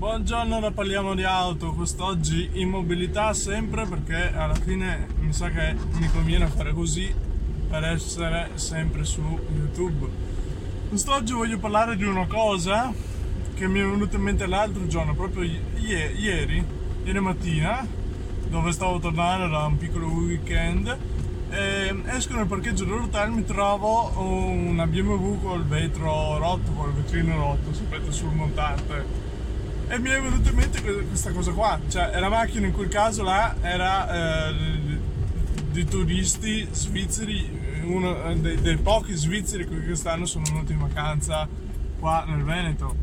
Buongiorno, ora parliamo di auto. Quest'oggi immobilità sempre, perché alla fine mi sa che mi conviene fare così per essere sempre su YouTube. Quest'oggi voglio parlare di una cosa che mi è venuta in mente l'altro giorno, proprio ieri mattina, dove stavo tornando da un piccolo weekend. Esco nel parcheggio dell'hotel, mi trovo una BMW col vetro rotto, col vetrino rotto, sapete, sul montante. E mi è venuta in mente questa cosa qua, cioè la macchina in quel caso là era di turisti svizzeri, uno dei pochi svizzeri che quest'anno sono venuti in vacanza qua nel Veneto,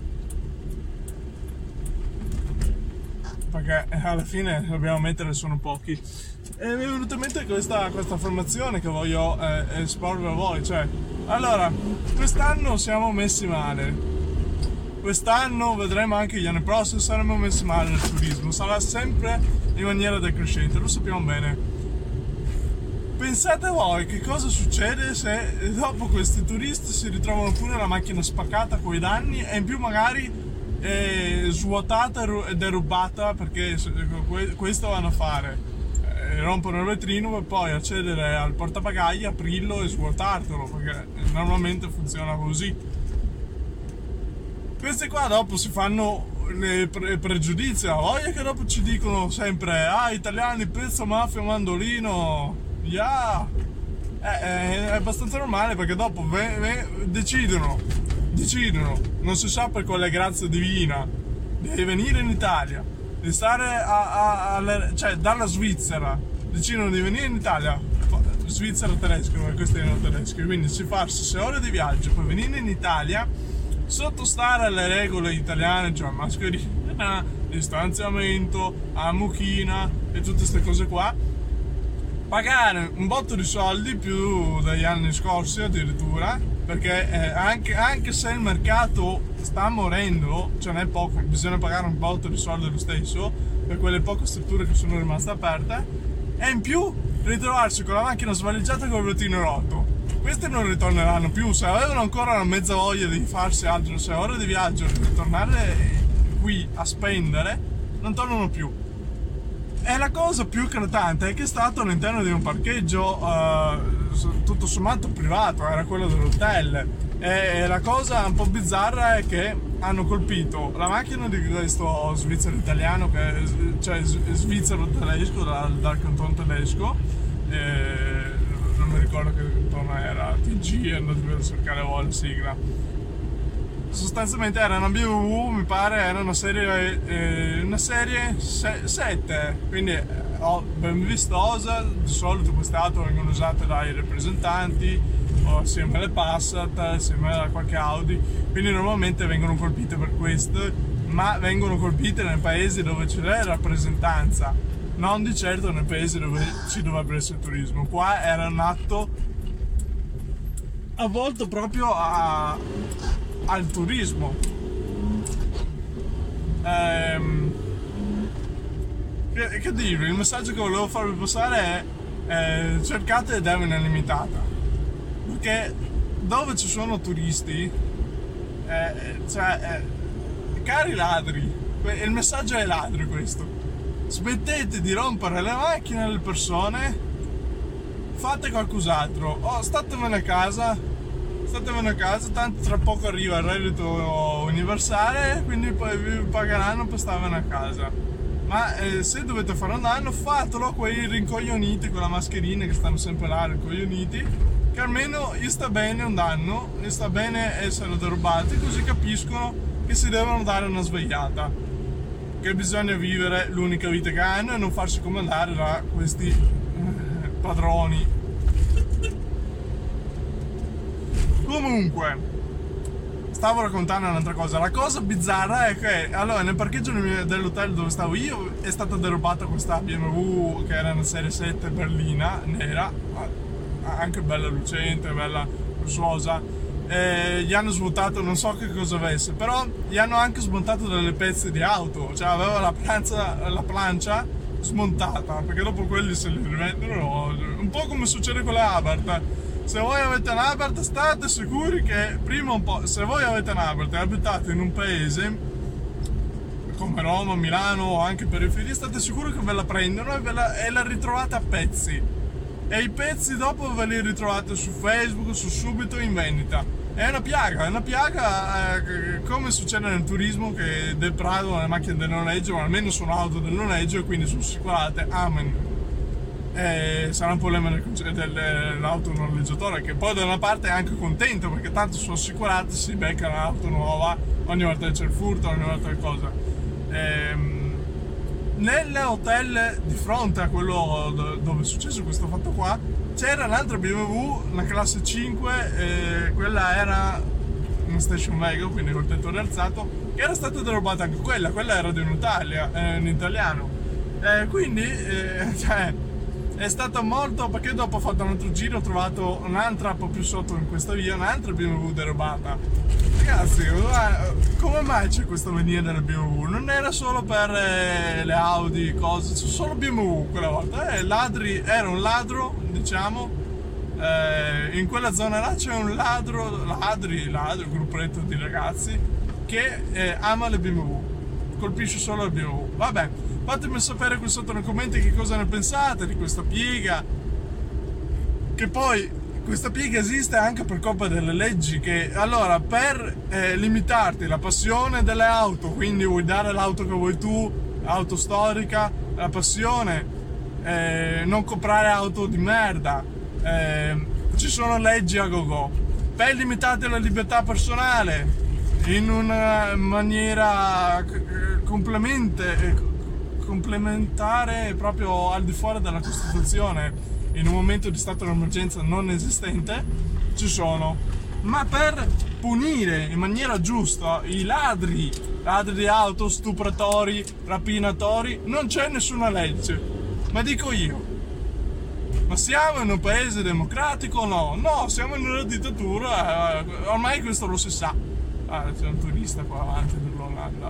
perché alla fine dobbiamo ammettere sono pochi. E mi è venuta in mente questa affermazione che voglio esporre a voi, cioè, allora, quest'anno siamo messi male. Quest'anno, vedremo anche gli anni prossimi, saremo messi male nel turismo, sarà sempre in maniera decrescente, lo sappiamo bene. Pensate voi che cosa succede se dopo questi turisti si ritrovano pure la macchina spaccata con i danni e in più magari svuotata e derubata, perché questo vanno a fare, rompono il vetrino per poi accedere al portabagagli, aprirlo e svuotartelo, perché normalmente funziona così. Questi qua dopo si fanno le pregiudizi, a voglia che dopo ci dicono sempre italiani, pezzo, mafia, mandolino, yeah. È abbastanza normale, perché dopo decidono, non si sa per quale grazia divina, di venire in Italia, di stare cioè dalla Svizzera, decidono di venire in Italia, Svizzera tedesca, perché questi erano tedeschi, quindi si farsi 6 ore di viaggio, poi venire in Italia, sottostare alle regole italiane, cioè mascherina, distanziamento, a mucchina e tutte queste cose qua, pagare un botto di soldi più degli anni scorsi addirittura, perché anche se il mercato sta morendo, cioè non è poco, bisogna pagare un botto di soldi lo stesso per quelle poche strutture che sono rimaste aperte, e in più ritrovarsi con la macchina svaligiata con il vetrino rotto. Questi non ritorneranno più, se avevano ancora una mezza voglia di farsi altre 6 ore di viaggio e ritornare qui a spendere, non tornano più. E la cosa più eclatante è che è stato all'interno di un parcheggio tutto sommato privato, era quello dell'hotel, e la cosa un po' bizzarra è che hanno colpito la macchina di questo svizzero italiano, cioè svizzero tedesco, dal canton tedesco, non mi ricordo che canton era, TG, andate a cercare la sigla. Sostanzialmente era una BMW, mi pare era una serie 7, quindi ben vistosa. Di solito queste auto vengono usate dai rappresentanti o assieme alle Passat, assieme a qualche Audi, quindi normalmente vengono colpite per questo, ma vengono colpite nei paesi dove c'è rappresentanza, non di certo nei paesi dove ci dovrebbe essere turismo. Qua era un atto avvolto proprio al turismo. Che dirvi, il messaggio che volevo farvi passare è cercate ed è un'illimitata, perché dove ci sono turisti, cari ladri, il messaggio è ai ladri questo: smettete di rompere le macchine alle persone, fate qualcos'altro, statevene a casa, tanto tra poco arriva il reddito universale, quindi poi vi pagheranno per starvene a casa. Ma se dovete fare un danno, fatelo a quei rincoglioniti con la mascherina che stanno sempre là rincoglioniti, che almeno gli sta bene un danno, gli sta bene essere derubati, così capiscono che si devono dare una svegliata, che bisogna vivere l'unica vita che hanno e non farsi comandare da questi padroni. Comunque, stavo raccontando un'altra cosa. La cosa bizzarra è che allora nel parcheggio dell'hotel dove stavo io è stata derubata questa BMW che era una serie 7 berlina, nera, anche bella lucente, bella lussuosa. Gli hanno svuotato, non so che cosa avesse, però gli hanno anche smontato delle pezze di auto, cioè aveva la plancia smontata, perché dopo quelli se li rivendono, un po' come succede con le Abarth. Se voi avete un Abarth, state sicuri che prima un po', se voi avete un Abarth e abitate in un paese come Roma, Milano o anche periferie, state sicuri che ve la prendono e la ritrovate a pezzi. E i pezzi dopo ve li ritrovate su Facebook, su Subito in vendita. È una piaga, come succede nel turismo, che depradono le macchine del noleggio, ma almeno sono auto del noleggio e quindi sono assicurate, amen. Sarà un problema dell'auto noleggiatore, che poi da una parte è anche contento perché tanto sono assicurate, si becca un'auto nuova ogni volta che c'è il furto, ogni volta che cosa. Nell'hotel di fronte a quello dove è successo questo fatto qua c'era un'altra BMW, una classe 5, quella era una station wagon, quindi col tetto rialzato, che era stata derubata anche quella era di un italiano, quindi cioè, è stato molto, perché dopo ho fatto un altro giro, ho trovato un'altra un po' più sotto in questa via, un'altra BMW derubata. Ragazzi, come mai c'è questo venire delle BMW? Non era solo per le Audi, cose, c'è solo BMW quella volta. Era un ladro, diciamo, in quella zona là c'è un ladro, un gruppetto di ragazzi che ama le BMW, colpisce solo le BMW. Vabbè, fatemi sapere qui sotto nei commenti che cosa ne pensate di questa piega, che poi questa piega esiste anche per colpa delle leggi che, allora, per limitarti la passione delle auto, quindi vuoi dare l'auto che vuoi tu, auto storica, la passione, non comprare auto di merda, ci sono leggi a go-go. Per limitarti la libertà personale in una maniera complementare proprio al di fuori della Costituzione, in un momento di stato di emergenza non esistente, ci sono. Ma per punire in maniera giusta i ladri di auto, stupratori, rapinatori, non c'è nessuna legge. Ma dico io, ma siamo in un paese democratico o no? No, siamo in una dittatura, ormai questo lo si sa. C'è un turista qua avanti dell'Olanda.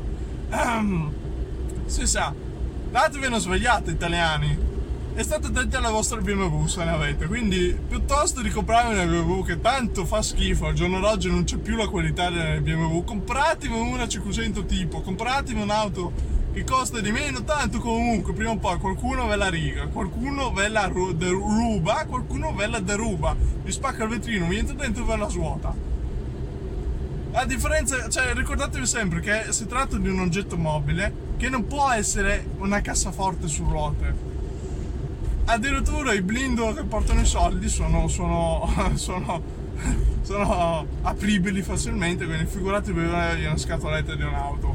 Si sa, datevi una svegliata, italiani, e state attenti alla vostra BMW se ne avete, quindi piuttosto di comprare una BMW che tanto fa schifo, al giorno d'oggi non c'è più la qualità delle BMW, compratevi una 500 tipo, compratevi un'auto che costa di meno, tanto comunque prima o poi qualcuno ve la riga, qualcuno ve la ruba, qualcuno ve la deruba, vi spacca il vetrino, vi entra dentro e ve la svuota. La differenza, cioè, ricordatevi sempre che si tratta di un oggetto mobile che non può essere una cassaforte su ruote. Addirittura i blindo che portano i soldi sono apribili facilmente, quindi figuratevi una scatoletta di un'auto.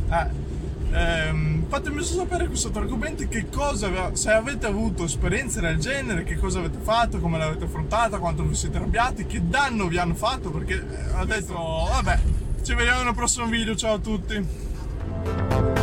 Fatemi sapere qui sotto nei commenti che cosa, se avete avuto esperienze del genere, che cosa avete fatto, come l'avete affrontata, quanto vi siete arrabbiati, che danno vi hanno fatto, perché ho detto vabbè, ci vediamo nel prossimo video, ciao a tutti.